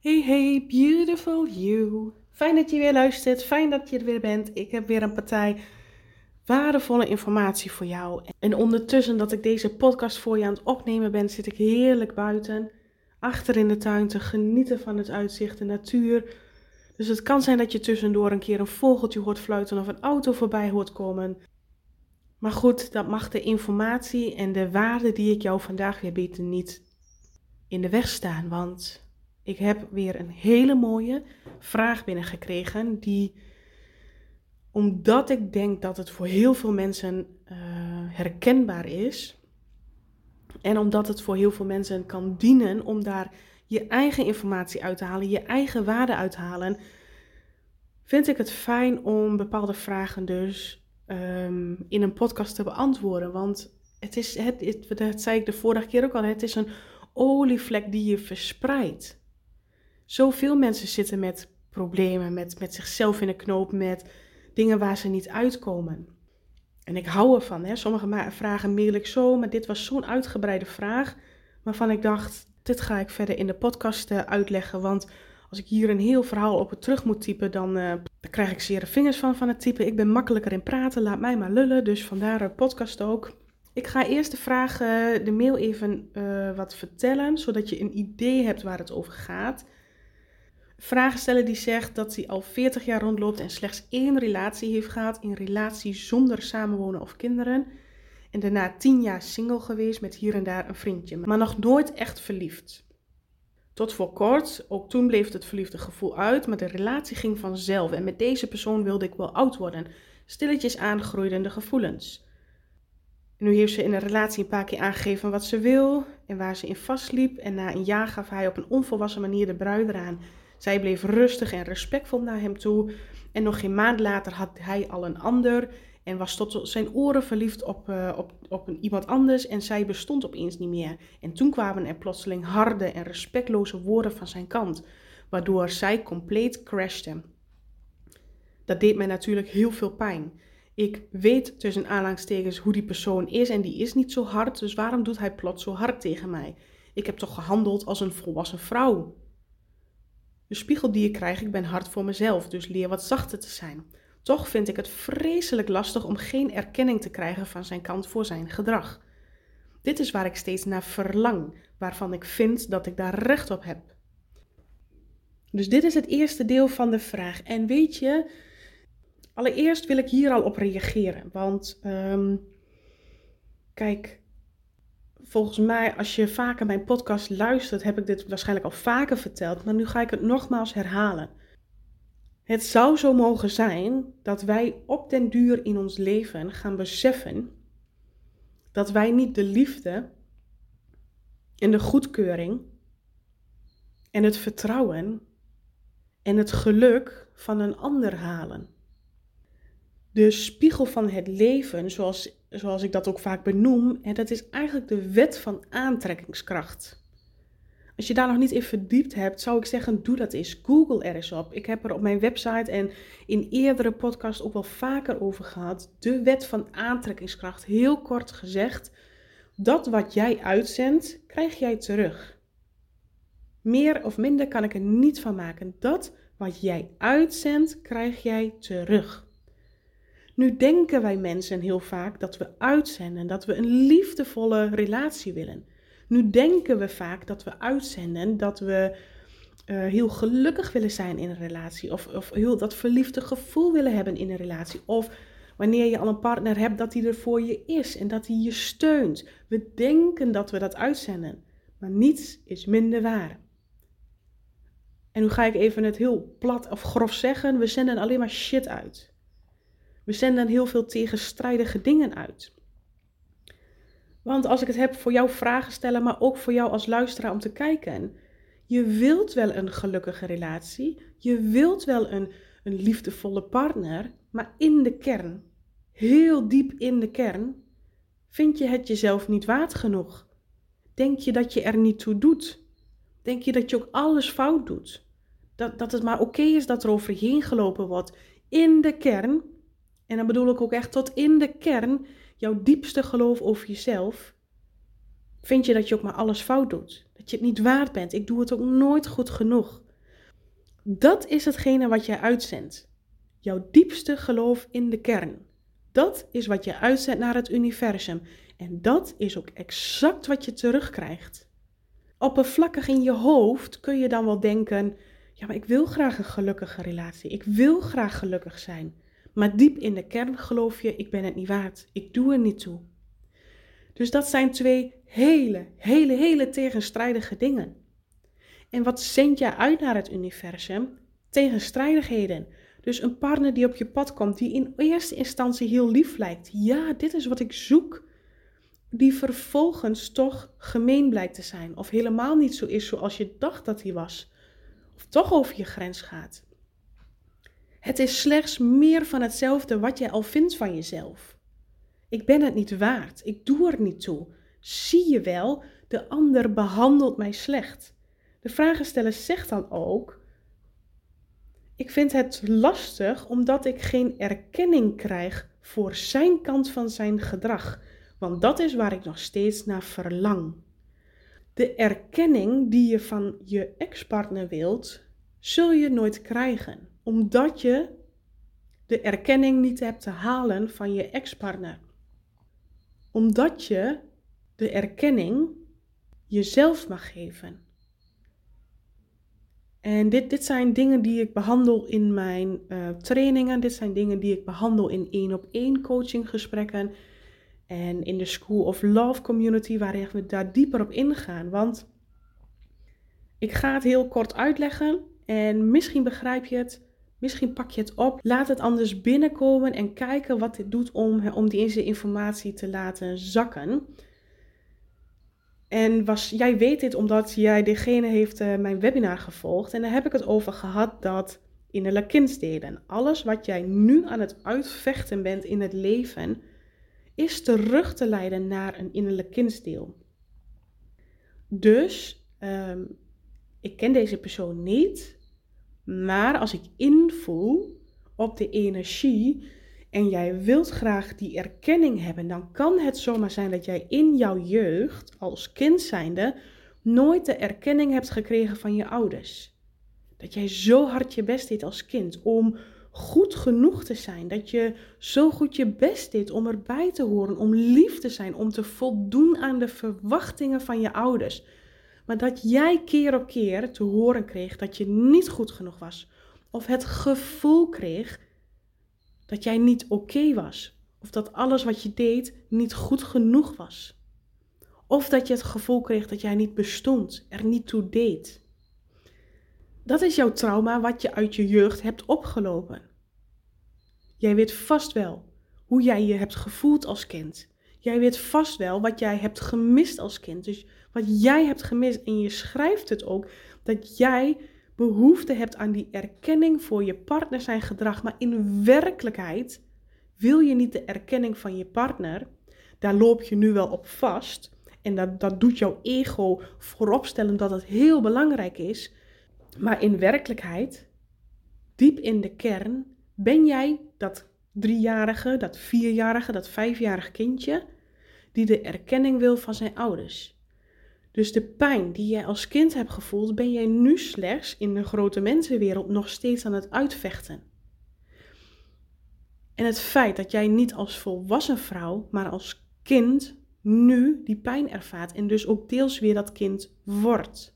Hey, beautiful you. Fijn dat je weer luistert, fijn dat je er weer bent. Ik heb weer een partij waardevolle informatie voor jou. En ondertussen dat ik deze podcast voor je aan het opnemen ben, zit ik heerlijk buiten, achter in de tuin te genieten van het uitzicht, de natuur. Dus het kan zijn dat je tussendoor een keer een vogeltje hoort fluiten of een auto voorbij hoort komen. Maar goed, dat mag de informatie en de waarde die ik jou vandaag weer bied niet in de weg staan, want ik heb weer een hele mooie vraag binnengekregen die, omdat ik denk dat het voor heel veel mensen herkenbaar is en omdat het voor heel veel mensen kan dienen om daar je eigen informatie uit te halen, je eigen waarde uit te halen, vind ik het fijn om bepaalde vragen dus in een podcast te beantwoorden. Want dat zei ik de vorige keer ook al, het is een olievlek die je verspreidt. Zoveel mensen zitten met problemen, met zichzelf in de knoop, met dingen waar ze niet uitkomen. En ik hou ervan, hè. Sommige vragen mail ik zo, maar dit was zo'n uitgebreide vraag, waarvan ik dacht, dit ga ik verder in de podcast uitleggen, want als ik hier een heel verhaal op het terug moet typen, dan krijg ik zere vingers van het typen. Ik ben makkelijker in praten, laat mij maar lullen, dus vandaar een podcast ook. Ik ga eerst de mail even wat vertellen, zodat je een idee hebt waar het over gaat. Vragensteller die zegt dat hij al 40 jaar rondloopt en slechts 1 relatie heeft gehad. Een relatie zonder samenwonen of kinderen. En daarna 10 jaar single geweest met hier en daar een vriendje. Maar nog nooit echt verliefd. Tot voor kort, ook toen bleef het verliefde gevoel uit, maar de relatie ging vanzelf. En met deze persoon wilde ik wel oud worden. Stilletjes aan groeiden de gevoelens. En nu heeft ze in een relatie een paar keer aangegeven wat ze wil en waar ze in vastliep. En na een jaar gaf hij op een onvolwassen manier de bruid eraan. Zij bleef rustig en respectvol naar hem toe. En nog geen maand later had hij al een ander en was tot zijn oren verliefd op iemand anders. En zij bestond opeens niet meer. En toen kwamen er plotseling harde en respectloze woorden van zijn kant, waardoor zij compleet crashte. Dat deed mij natuurlijk heel veel pijn. Ik weet tussen aanhalingstekens hoe die persoon is en die is niet zo hard, dus waarom doet hij plots zo hard tegen mij? Ik heb toch gehandeld als een volwassen vrouw? De spiegel die ik krijg, ik ben hard voor mezelf, dus leer wat zachter te zijn. Toch vind ik het vreselijk lastig om geen erkenning te krijgen van zijn kant voor zijn gedrag. Dit is waar ik steeds naar verlang, waarvan ik vind dat ik daar recht op heb. Dus dit is het eerste deel van de vraag. En weet je, allereerst wil ik hier al op reageren, want kijk, volgens mij als je vaker mijn podcast luistert, heb ik dit waarschijnlijk al vaker verteld, maar nu ga ik het nogmaals herhalen. Het zou zo mogen zijn dat wij op den duur in ons leven gaan beseffen dat wij niet de liefde en de goedkeuring en het vertrouwen en het geluk van een ander halen. De spiegel van het leven, zoals ik dat ook vaak benoem, dat is eigenlijk de wet van aantrekkingskracht. Als je daar nog niet in verdiept hebt, zou ik zeggen, doe dat eens. Google er eens op. Ik heb er op mijn website en in eerdere podcasts ook wel vaker over gehad. De wet van aantrekkingskracht. Heel kort gezegd, dat wat jij uitzendt, krijg jij terug. Meer of minder kan ik er niet van maken. Dat wat jij uitzendt, krijg jij terug. Nu denken wij mensen heel vaak dat we uitzenden, dat we een liefdevolle relatie willen. Nu denken we vaak dat we uitzenden, dat we heel gelukkig willen zijn in een relatie. Of heel dat verliefde gevoel willen hebben in een relatie. Of wanneer je al een partner hebt, dat hij er voor je is en dat hij je steunt. We denken dat we dat uitzenden, maar niets is minder waar. En nu ga ik even het heel plat of grof zeggen, we zenden alleen maar shit uit. We zenden heel veel tegenstrijdige dingen uit. Want als ik het heb voor jou vragen stellen, maar ook voor jou als luisteraar om te kijken. Je wilt wel een gelukkige relatie. Je wilt wel een liefdevolle partner. Maar in de kern, heel diep in de kern, vind je het jezelf niet waard genoeg. Denk je dat je er niet toe doet. Denk je dat je ook alles fout doet. Dat het maar oké is dat er overheen gelopen wordt. In de kern, en dan bedoel ik ook echt tot in de kern, jouw diepste geloof over jezelf, vind je dat je ook maar alles fout doet. Dat je het niet waard bent. Ik doe het ook nooit goed genoeg. Dat is hetgene wat jij uitzendt. Jouw diepste geloof in de kern. Dat is wat je uitzendt naar het universum. En dat is ook exact wat je terugkrijgt. Oppervlakkig in je hoofd kun je dan wel denken, ja, maar ik wil graag een gelukkige relatie. Ik wil graag gelukkig zijn. Maar diep in de kern geloof je, ik ben het niet waard. Ik doe er niet toe. Dus dat zijn twee hele tegenstrijdige dingen. En wat zend jij uit naar het universum? Tegenstrijdigheden. Dus een partner die op je pad komt, die in eerste instantie heel lief lijkt. Ja, dit is wat ik zoek. Die vervolgens toch gemeen blijkt te zijn. Of helemaal niet zo is zoals je dacht dat hij was. Of toch over je grens gaat. Het is slechts meer van hetzelfde wat jij al vindt van jezelf. Ik ben het niet waard. Ik doe er niet toe. Zie je wel, de ander behandelt mij slecht. De vragensteller zegt dan ook, ik vind het lastig omdat ik geen erkenning krijg voor zijn kant van zijn gedrag. Want dat is waar ik nog steeds naar verlang. De erkenning die je van je ex-partner wilt, zul je nooit krijgen. Omdat je de erkenning niet hebt te halen van je ex-partner. Omdat je de erkenning jezelf mag geven. En dit zijn dingen die ik behandel in mijn trainingen. Dit zijn dingen die ik behandel in 1-op-1 coachinggesprekken. En in de School of Love community, waarin we daar dieper op ingaan. Want ik ga het heel kort uitleggen. En misschien begrijp je het. Misschien pak je het op. Laat het anders binnenkomen en kijken wat dit doet om deze informatie te laten zakken. En jij weet dit omdat degene heeft mijn webinar gevolgd. En daar heb ik het over gehad dat innerlijke kindsdelen. Alles wat jij nu aan het uitvechten bent in het leven, is terug te leiden naar een innerlijk kindsdeel. Dus, ik ken deze persoon niet. Maar als ik invoel op de energie en jij wilt graag die erkenning hebben, dan kan het zomaar zijn dat jij in jouw jeugd, als kind zijnde, nooit de erkenning hebt gekregen van je ouders. Dat jij zo hard je best deed als kind om goed genoeg te zijn. Dat je zo goed je best deed om erbij te horen, om lief te zijn, om te voldoen aan de verwachtingen van je ouders. Maar dat jij keer op keer te horen kreeg dat je niet goed genoeg was. Of het gevoel kreeg dat jij niet oké was. Of dat alles wat je deed niet goed genoeg was. Of dat je het gevoel kreeg dat jij niet bestond, er niet toe deed. Dat is jouw trauma wat je uit je jeugd hebt opgelopen. Jij weet vast wel hoe jij je hebt gevoeld als kind. Jij weet vast wel wat jij hebt gemist als kind. Dus wat jij hebt gemist, en je schrijft het ook, dat jij behoefte hebt aan die erkenning voor je partner zijn gedrag. Maar in werkelijkheid wil je niet de erkenning van je partner. Daar loop je nu wel op vast. En dat doet jouw ego vooropstellen dat het heel belangrijk is. Maar in werkelijkheid, diep in de kern, ben jij dat 3-jarige, dat 4-jarige, dat 5-jarige kindje die de erkenning wil van zijn ouders. Dus de pijn die jij als kind hebt gevoeld, ben jij nu slechts in de grote mensenwereld nog steeds aan het uitvechten. En het feit dat jij niet als volwassen vrouw, maar als kind nu die pijn ervaart en dus ook deels weer dat kind wordt.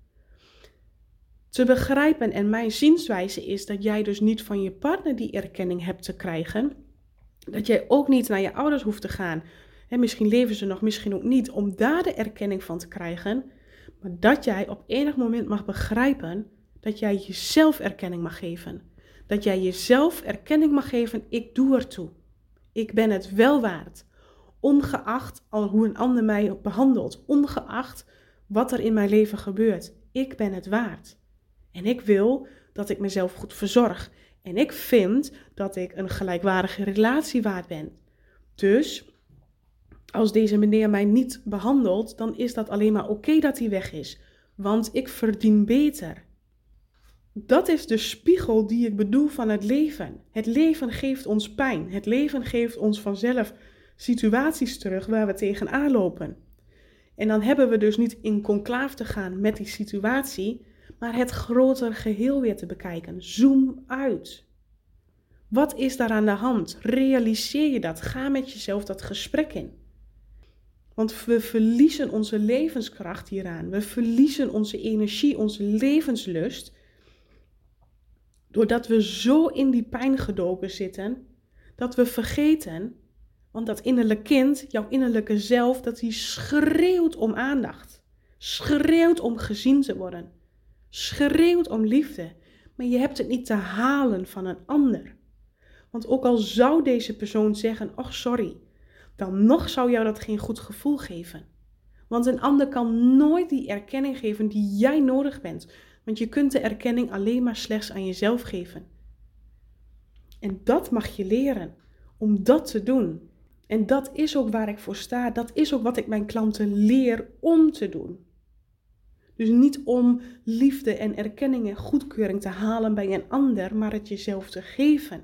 Te begrijpen, en mijn zienswijze is dat jij dus niet van je partner die erkenning hebt te krijgen. Dat jij ook niet naar je ouders hoeft te gaan. Misschien leven ze nog, misschien ook niet, om daar de erkenning van te krijgen. Maar dat jij op enig moment mag begrijpen dat jij jezelf erkenning mag geven. Dat jij jezelf erkenning mag geven, ik doe ertoe. Ik ben het wel waard. Ongeacht hoe een ander mij behandelt. Ongeacht wat er in mijn leven gebeurt. Ik ben het waard. En ik wil dat ik mezelf goed verzorg. En ik vind dat ik een gelijkwaardige relatie waard ben. Dus als deze meneer mij niet behandelt, dan is dat alleen maar oké dat hij weg is. Want ik verdien beter. Dat is de spiegel die ik bedoel van het leven. Het leven geeft ons pijn. Het leven geeft ons vanzelf situaties terug waar we tegenaan lopen. En dan hebben we dus niet in conclaaf te gaan met die situatie, maar het grotere geheel weer te bekijken. Zoom uit. Wat is daar aan de hand? Realiseer je dat. Ga met jezelf dat gesprek in. Want we verliezen onze levenskracht hieraan. We verliezen onze energie, onze levenslust. Doordat we zo in die pijn gedoken zitten, dat we vergeten, want dat innerlijke kind, jouw innerlijke zelf, dat die schreeuwt om aandacht. Schreeuwt om gezien te worden. Schreeuwt om liefde. Maar je hebt het niet te halen van een ander. Want ook al zou deze persoon zeggen, oh sorry, dan nog zou jou dat geen goed gevoel geven. Want een ander kan nooit die erkenning geven die jij nodig bent. Want je kunt de erkenning alleen maar slechts aan jezelf geven. En dat mag je leren, om dat te doen. En dat is ook waar ik voor sta. Dat is ook wat ik mijn klanten leer om te doen. Dus niet om liefde en erkenning en goedkeuring te halen bij een ander, maar het jezelf te geven.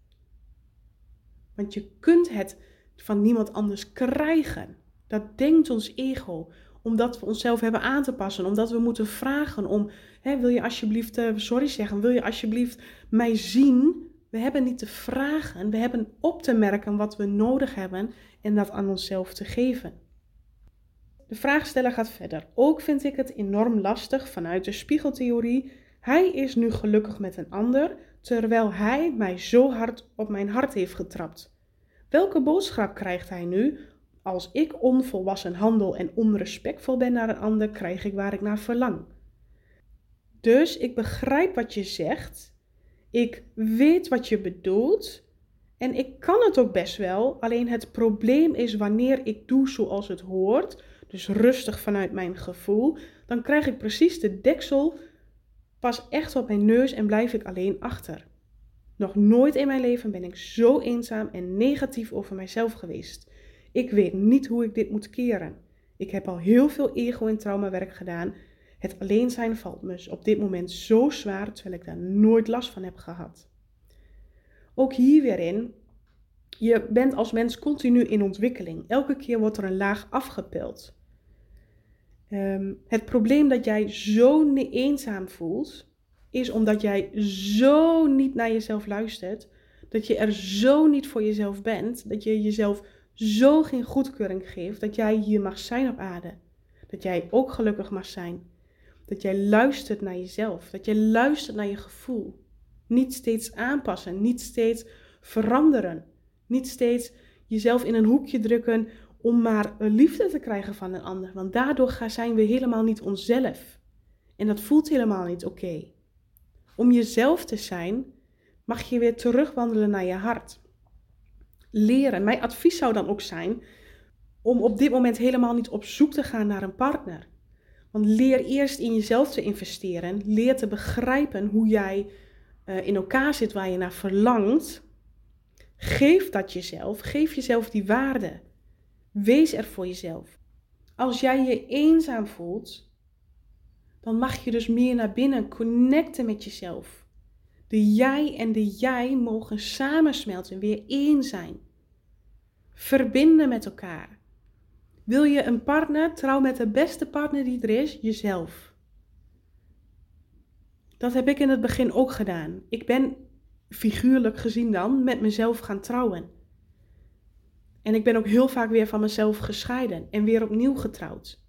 Want je kunt het van niemand anders krijgen. Dat denkt ons ego. Omdat we onszelf hebben aan te passen. Omdat we moeten vragen om, wil je alsjeblieft sorry zeggen? Wil je alsjeblieft mij zien? We hebben niet te vragen. We hebben op te merken wat we nodig hebben en dat aan onszelf te geven. De vraagsteller gaat verder. Ook vind ik het enorm lastig vanuit de spiegeltheorie. Hij is nu gelukkig met een ander, terwijl hij mij zo hard op mijn hart heeft getrapt. Welke boodschap krijgt hij nu? Als ik onvolwassen handel en onrespectvol ben naar een ander, krijg ik waar ik naar verlang. Dus ik begrijp wat je zegt. Ik weet wat je bedoelt. En ik kan het ook best wel. Alleen het probleem is wanneer ik doe zoals het hoort, dus rustig vanuit mijn gevoel, dan krijg ik precies de deksel pas echt op mijn neus en blijf ik alleen achter. Nog nooit in mijn leven ben ik zo eenzaam en negatief over mijzelf geweest. Ik weet niet hoe ik dit moet keren. Ik heb al heel veel ego- en traumawerk gedaan. Het alleen zijn valt me op dit moment zo zwaar, terwijl ik daar nooit last van heb gehad. Ook hier weer in, je bent als mens continu in ontwikkeling. Elke keer wordt er een laag afgepeld. Het probleem dat jij zo eenzaam voelt, is omdat jij zo niet naar jezelf luistert, dat je er zo niet voor jezelf bent, dat je jezelf zo geen goedkeuring geeft, dat jij hier mag zijn op aarde. Dat jij ook gelukkig mag zijn. Dat jij luistert naar jezelf, dat jij luistert naar je gevoel. Niet steeds aanpassen, niet steeds veranderen, niet steeds jezelf in een hoekje drukken om maar liefde te krijgen van een ander. Want daardoor zijn we helemaal niet onszelf. En dat voelt helemaal niet oké. Om jezelf te zijn, mag je weer terugwandelen naar je hart. Leren. Mijn advies zou dan ook zijn om op dit moment helemaal niet op zoek te gaan naar een partner. Want leer eerst in jezelf te investeren. Leer te begrijpen hoe jij in elkaar zit, waar je naar verlangt. Geef dat jezelf. Geef jezelf die waarde. Wees er voor jezelf. Als jij je eenzaam voelt, dan mag je dus meer naar binnen connecten met jezelf. De jij en de jij mogen samensmelten, weer één zijn. Verbinden met elkaar. Wil je een partner? Trouw met de beste partner die er is, jezelf. Dat heb ik in het begin ook gedaan. Ik ben figuurlijk gezien dan met mezelf gaan trouwen. En ik ben ook heel vaak weer van mezelf gescheiden en weer opnieuw getrouwd.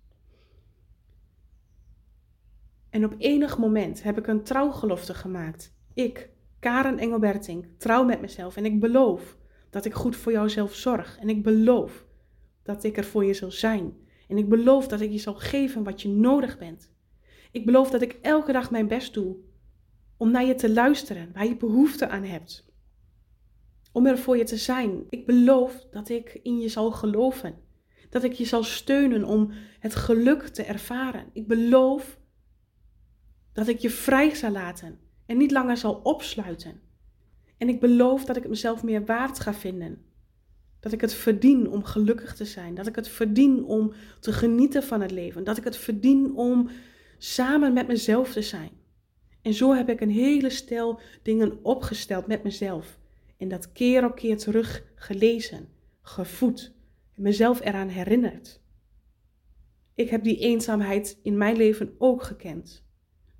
En op enig moment heb ik een trouwgelofte gemaakt. Ik, Karen Engelberting, trouw met mezelf en ik beloof dat ik goed voor jouzelf zorg. En ik beloof dat ik er voor je zal zijn. En ik beloof dat ik je zal geven wat je nodig bent. Ik beloof dat ik elke dag mijn best doe om naar je te luisteren, waar je behoefte aan hebt. Om er voor je te zijn. Ik beloof dat ik in je zal geloven. Dat ik je zal steunen om het geluk te ervaren. Ik beloof dat ik je vrij zal laten en niet langer zal opsluiten. En ik beloof dat ik het mezelf meer waard ga vinden. Dat ik het verdien om gelukkig te zijn. Dat ik het verdien om te genieten van het leven. Dat ik het verdien om samen met mezelf te zijn. En zo heb ik een hele stel dingen opgesteld met mezelf. En dat keer op keer terug gelezen, gevoed en mezelf eraan herinnerd. Ik heb die eenzaamheid in mijn leven ook gekend.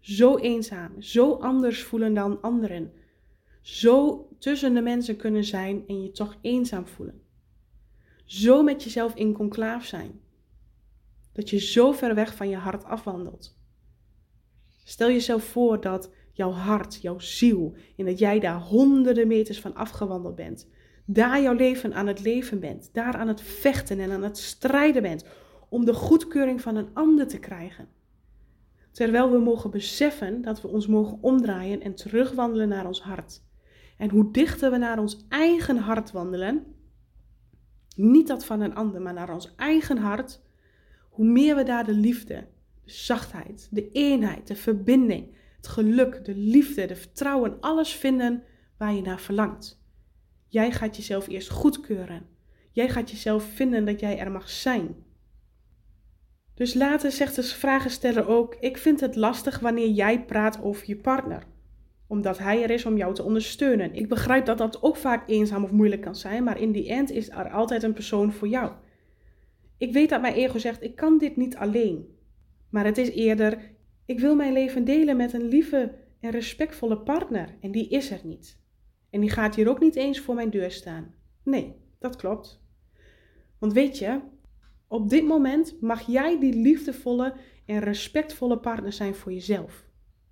Zo eenzaam, zo anders voelen dan anderen. Zo tussen de mensen kunnen zijn en je toch eenzaam voelen. Zo met jezelf in conclaaf zijn. Dat je zo ver weg van je hart afwandelt. Stel jezelf voor dat jouw hart, jouw ziel, en dat jij daar honderden meters van afgewandeld bent. Daar jouw leven aan het leven bent. Daar aan het vechten en aan het strijden bent. Om de goedkeuring van een ander te krijgen. Terwijl we mogen beseffen dat we ons mogen omdraaien en terugwandelen naar ons hart. En hoe dichter we naar ons eigen hart wandelen, niet dat van een ander, maar naar ons eigen hart, hoe meer we daar de liefde, de zachtheid, de eenheid, de verbinding, het geluk, de liefde, de vertrouwen, alles vinden waar je naar verlangt. Jij gaat jezelf eerst goedkeuren. Jij gaat jezelf vinden dat jij er mag zijn. Dus later zegt de vragensteller ook, ik vind het lastig wanneer jij praat over je partner. Omdat hij er is om jou te ondersteunen. Ik begrijp dat dat ook vaak eenzaam of moeilijk kan zijn, maar in die end is er altijd een persoon voor jou. Ik weet dat mijn ego zegt, ik kan dit niet alleen. Maar het is eerder, ik wil mijn leven delen met een lieve en respectvolle partner. En die is er niet. En die gaat hier ook niet eens voor mijn deur staan. Nee, dat klopt. Want weet je, op dit moment mag jij die liefdevolle en respectvolle partner zijn voor jezelf.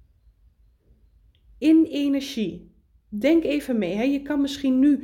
In energie. Denk even mee. Hè? Je kan misschien nu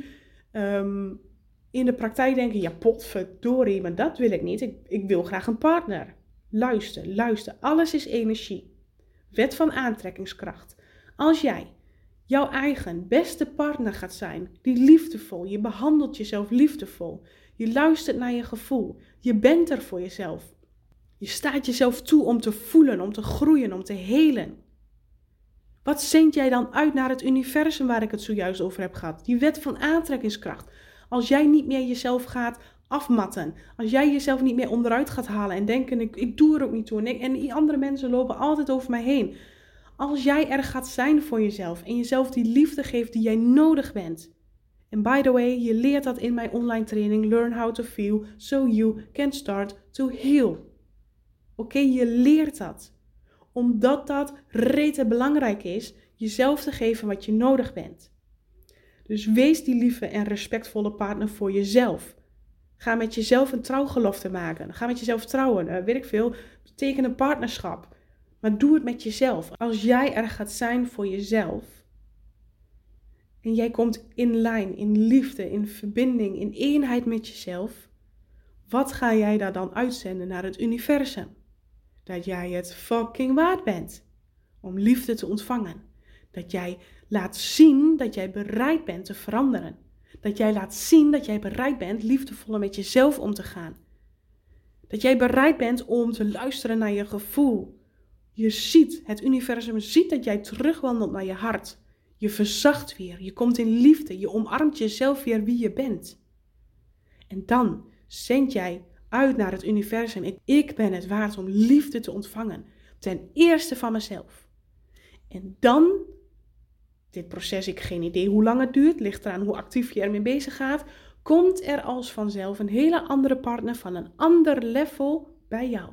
in de praktijk denken, ja potverdorie, maar dat wil ik niet. Ik wil graag een partner. Luister. Alles is energie. Wet van aantrekkingskracht. Als jij jouw eigen beste partner gaat zijn, die liefdevol, je behandelt jezelf liefdevol. Je luistert naar je gevoel. Je bent er voor jezelf. Je staat jezelf toe om te voelen, om te groeien, om te helen. Wat zend jij dan uit naar het universum waar ik het zojuist over heb gehad? Die wet van aantrekkingskracht. Als jij niet meer jezelf gaat afmatten. Als jij jezelf niet meer onderuit gaat halen en denken, ik doe er ook niet toe. En die andere mensen lopen altijd over mij heen. Als jij er gaat zijn voor jezelf en jezelf die liefde geeft die jij nodig bent. En by the way, je leert dat in mijn online training Learn How to Feel So You Can Start to Heal. Oké, je leert dat. Omdat dat rete belangrijk is, jezelf te geven wat je nodig bent. Dus wees die lieve en respectvolle partner voor jezelf. Ga met jezelf een trouwgelofte maken. Ga met jezelf trouwen. Weet ik veel. Teken een partnerschap. Maar doe het met jezelf. Als jij er gaat zijn voor jezelf. En jij komt in lijn, in liefde, in verbinding, in eenheid met jezelf. Wat ga jij daar dan uitzenden naar het universum? Dat jij het fucking waard bent om liefde te ontvangen. Dat jij laat zien dat jij bereid bent te veranderen. Dat jij laat zien dat jij bereid bent liefdevoller met jezelf om te gaan. Dat jij bereid bent om te luisteren naar je gevoel. Je ziet, het universum ziet dat jij terugwandelt naar je hart. Je verzacht weer, je komt in liefde, je omarmt jezelf weer wie je bent. En dan zend jij uit naar het universum. Ik ben het waard om liefde te ontvangen. Ten eerste van mezelf. En dan, dit proces, ik heb geen idee hoe lang het duurt, ligt eraan hoe actief je ermee bezig gaat, komt er als vanzelf een hele andere partner van een ander level bij jou.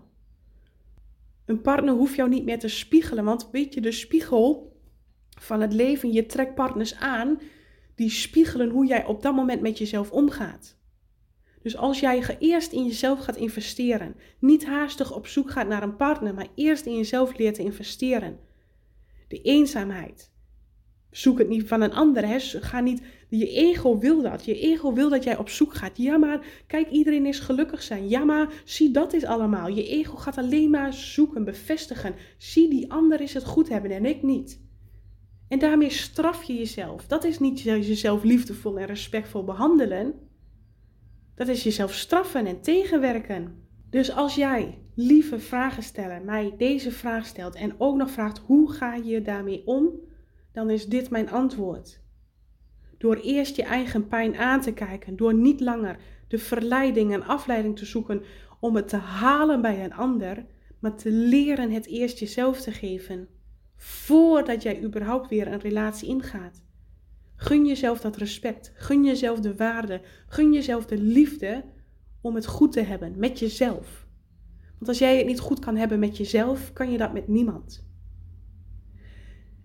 Een partner hoeft jou niet meer te spiegelen, want weet je, de spiegel van het leven, je trekt partners aan die spiegelen hoe jij op dat moment met jezelf omgaat. Dus als jij eerst in jezelf gaat investeren, niet haastig op zoek gaat naar een partner, maar eerst in jezelf leert te investeren. De eenzaamheid. Zoek het niet van een ander. Hè? Ga niet, je ego wil dat. Je ego wil dat jij op zoek gaat. Ja, maar kijk, iedereen is gelukkig zijn. Ja, maar zie, dat is allemaal. Je ego gaat alleen maar zoeken, bevestigen. Zie, die ander is het goed hebben en ik niet. En daarmee straf je jezelf. Dat is niet jezelf liefdevol en respectvol behandelen. Dat is jezelf straffen en tegenwerken. Dus als jij, lieve vragensteller, mij deze vraag stelt en ook nog vraagt hoe ga je daarmee om, dan is dit mijn antwoord. Door eerst je eigen pijn aan te kijken, door niet langer de verleiding en afleiding te zoeken om het te halen bij een ander, maar te leren het eerst jezelf te geven, voordat jij überhaupt weer een relatie ingaat. Gun jezelf dat respect, gun jezelf de waarde, gun jezelf de liefde om het goed te hebben met jezelf. Want als jij het niet goed kan hebben met jezelf, kan je dat met niemand.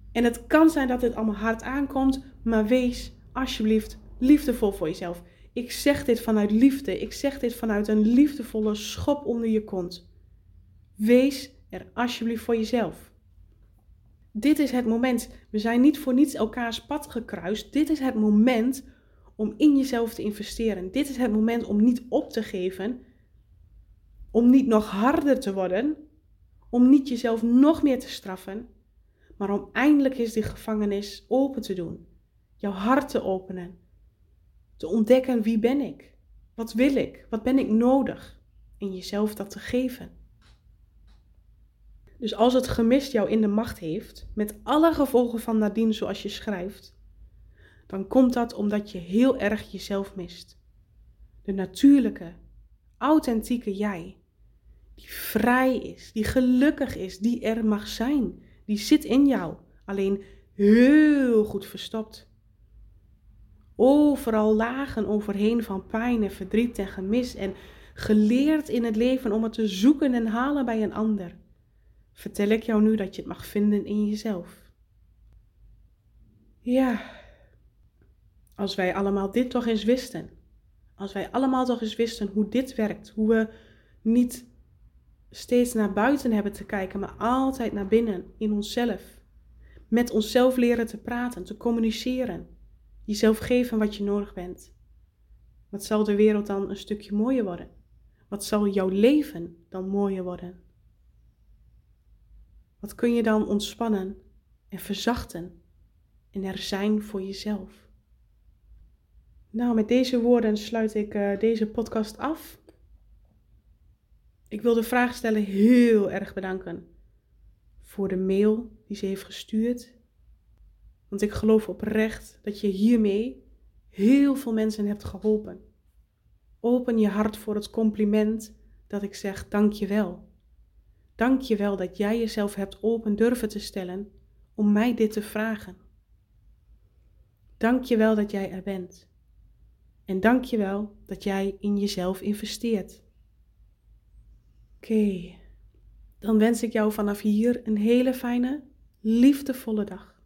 En het kan zijn dat dit allemaal hard aankomt, maar wees alsjeblieft liefdevol voor jezelf. Ik zeg dit vanuit liefde. Ik zeg dit vanuit een liefdevolle schop onder je kont. Wees er alsjeblieft voor jezelf. Dit is het moment. We zijn niet voor niets elkaars pad gekruist. Dit is het moment om in jezelf te investeren. Dit is het moment om niet op te geven. Om niet nog harder te worden. Om niet jezelf nog meer te straffen. Maar om eindelijk eens die gevangenis open te doen. Jouw hart te openen. Te ontdekken, wie ben ik? Wat wil ik? Wat ben ik nodig? En jezelf dat te geven. Dus als het gemis jou in de macht heeft, met alle gevolgen van nadien zoals je schrijft, dan komt dat omdat je heel erg jezelf mist. De natuurlijke, authentieke jij, die vrij is, die gelukkig is, die er mag zijn, die zit in jou, alleen heel goed verstopt. Overal lagen overheen van pijn en verdriet en gemis en geleerd in het leven om het te zoeken en halen bij een ander. Vertel ik jou nu dat je het mag vinden in jezelf. Ja, als wij allemaal dit toch eens wisten. Als wij allemaal toch eens wisten hoe dit werkt. Hoe we niet steeds naar buiten hebben te kijken, maar altijd naar binnen, in onszelf. Met onszelf leren te praten, te communiceren. Jezelf geven wat je nodig bent. Wat zal de wereld dan een stukje mooier worden? Wat zal jouw leven dan mooier worden? Wat kun je dan ontspannen en verzachten en er zijn voor jezelf? Nou, met deze woorden sluit ik deze podcast af. Ik wil de vraagsteller heel erg bedanken voor de mail die ze heeft gestuurd. Want ik geloof oprecht dat je hiermee heel veel mensen hebt geholpen. Open je hart voor het compliment dat ik zeg dank je wel. Dank je wel dat jij jezelf hebt open durven te stellen om mij dit te vragen. Dank je wel dat jij er bent. En dank je wel dat jij in jezelf investeert. Oké, dan wens ik jou vanaf hier een hele fijne, liefdevolle dag.